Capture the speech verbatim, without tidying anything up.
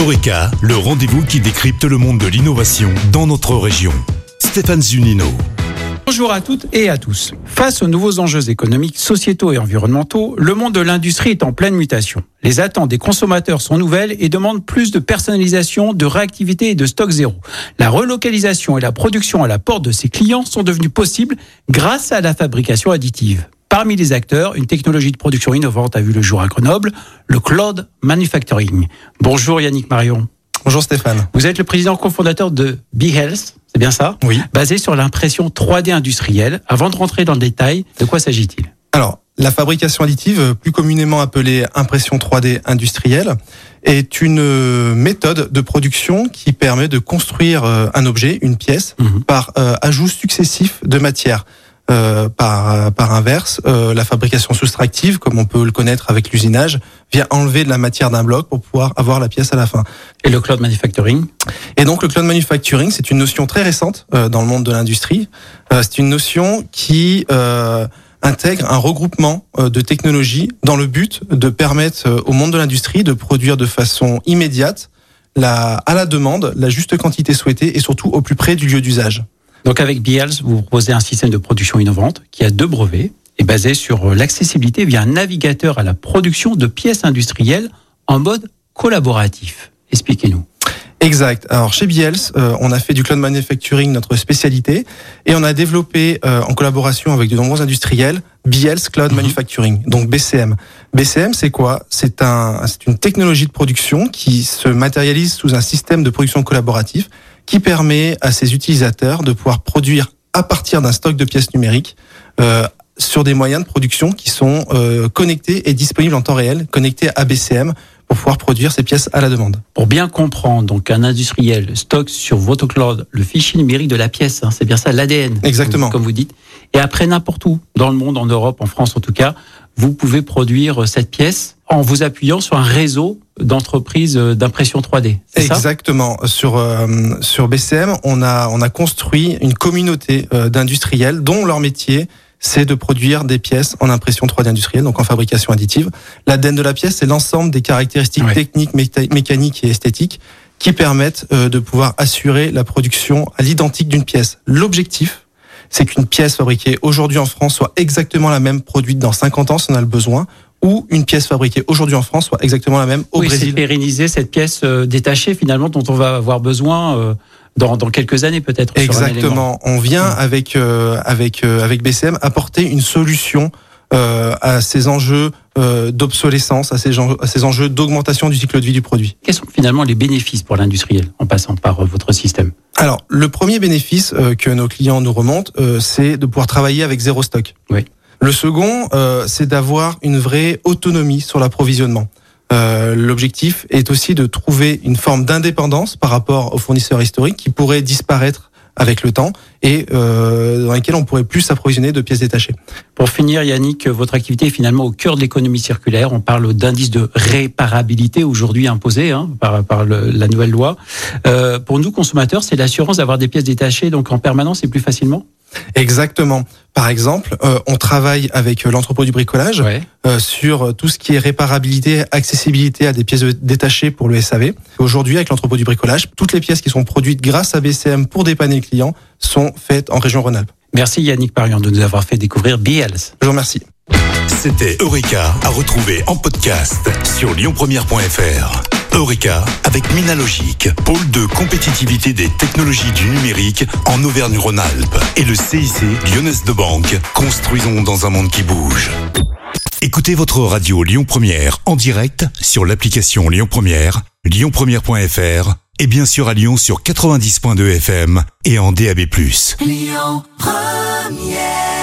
Eureka, le rendez-vous qui décrypte le monde de l'innovation dans notre région. Stéphane Zunino. Bonjour à toutes et à tous. Face aux nouveaux enjeux économiques, sociétaux et environnementaux, le monde de l'industrie est en pleine mutation. Les attentes des consommateurs sont nouvelles et demandent plus de personnalisation, de réactivité et de stock zéro. La relocalisation et la production à la porte de ses clients sont devenues possibles grâce à la fabrication additive. Parmi les acteurs, une technologie de production innovante a vu le jour à Grenoble, le cloud manufacturing. Bonjour Yannick Marion. Bonjour Stéphane. Vous êtes le président cofondateur de BeHealth, c'est bien ça ? Oui. Basé sur l'impression trois D industrielle. Avant de rentrer dans le détail, de quoi s'agit-il ? Alors, la fabrication additive, plus communément appelée impression trois D industrielle, est une méthode de production qui permet de construire un objet, une pièce, mmh. par euh, ajout successif de matière. Euh, par, par inverse, euh, la fabrication soustractive, comme on peut le connaître avec l'usinage, vient enlever de la matière d'un bloc pour pouvoir avoir la pièce à la fin. Et le cloud manufacturing ? Et donc le cloud manufacturing, c'est une notion très récente euh, dans le monde de l'industrie. Euh, c'est une notion qui euh, intègre un regroupement euh, de technologies dans le but de permettre euh, au monde de l'industrie de produire de façon immédiate, la, à la demande, la juste quantité souhaitée et surtout au plus près du lieu d'usage. Donc avec BeHealth, vous proposez un système de production innovante qui a deux brevets et basé sur l'accessibilité via un navigateur à la production de pièces industrielles en mode collaboratif. Expliquez-nous. Exact. Alors chez BeHealth, euh, on a fait du cloud manufacturing notre spécialité et on a développé euh, en collaboration avec de nombreux industriels BeHealth Cloud mmh. Manufacturing, donc B C M. B C M, c'est quoi ? C'est un, c'est une technologie de production qui se matérialise sous un système de production collaboratif qui permet à ses utilisateurs de pouvoir produire à partir d'un stock de pièces numériques euh, sur des moyens de production qui sont euh, connectés et disponibles en temps réel, connectés à B C M pour pouvoir produire ces pièces à la demande. Pour bien comprendre, donc un industriel stocke sur votre cloud le fichier numérique de la pièce, hein, c'est bien ça, l'A D N. Exactement. Comme vous dites. Et après, n'importe où, dans le monde, en Europe, en France en tout cas, vous pouvez produire cette pièce en vous appuyant sur un réseau d'entreprises d'impression trois D. C'est Exactement. Ça sur euh, sur B C M, on a on a construit une communauté euh, d'industriels dont leur métier c'est de produire des pièces en impression trois D industrielle, donc en fabrication additive. L'A D N de la pièce, c'est l'ensemble des caractéristiques ouais. techniques, méta- mécaniques et esthétiques qui permettent euh, de pouvoir assurer la production à l'identique d'une pièce. L'objectif, c'est qu'une pièce fabriquée aujourd'hui en France soit exactement la même produite dans cinquante ans si on a le besoin, ou une pièce fabriquée aujourd'hui en France soit exactement la même au oui, Brésil. C'est pérenniser cette pièce euh, détachée finalement dont on va avoir besoin euh, dans, dans quelques années peut-être. Exactement. On vient mmh. avec euh, avec euh, avec B C M apporter une solution euh, à ces enjeux euh, d'obsolescence, à ces, enjeux, à ces enjeux d'augmentation du cycle de vie du produit. Quels sont finalement les bénéfices pour l'industriel en passant par euh, votre système ? Alors, le premier bénéfice euh, que nos clients nous remontent, euh, c'est de pouvoir travailler avec zéro stock. Oui. Le second, euh, c'est d'avoir une vraie autonomie sur l'approvisionnement. Euh, l'objectif est aussi de trouver une forme d'indépendance par rapport aux fournisseurs historiques qui pourraient disparaître avec le temps et euh, dans lesquels on pourrait plus s'approvisionner de pièces détachées. Pour finir, Yannick, votre activité est finalement au cœur de l'économie circulaire. On parle d'indice de réparabilité aujourd'hui imposé hein, par, par le, la nouvelle loi. Euh, pour nous, consommateurs, c'est l'assurance d'avoir des pièces détachées donc en permanence et plus facilement ? Exactement. Par exemple, euh, on travaille avec l'entrepôt du bricolage ouais. euh, sur tout ce qui est réparabilité, accessibilité à des pièces détachées pour le S A V. Aujourd'hui, avec l'entrepôt du bricolage, toutes les pièces qui sont produites grâce à B C M pour dépanner le client sont faites en région Rhône-Alpes. Merci Yannick Marion de nous avoir fait découvrir BeHealth. Je vous remercie. C'était Eureka à retrouver en podcast sur lyon première point f r. Eureka avec Minalogic, pôle de compétitivité des technologies du numérique en Auvergne-Rhône-Alpes. Et le C I C Lyonnaise de Banque, construisons dans un monde qui bouge. Écoutez votre radio Lyon Première en direct sur l'application Lyon Première, lyon première point f r et bien sûr à Lyon sur quatre-vingt-dix point deux F M et en D A B plus. Lyon Première.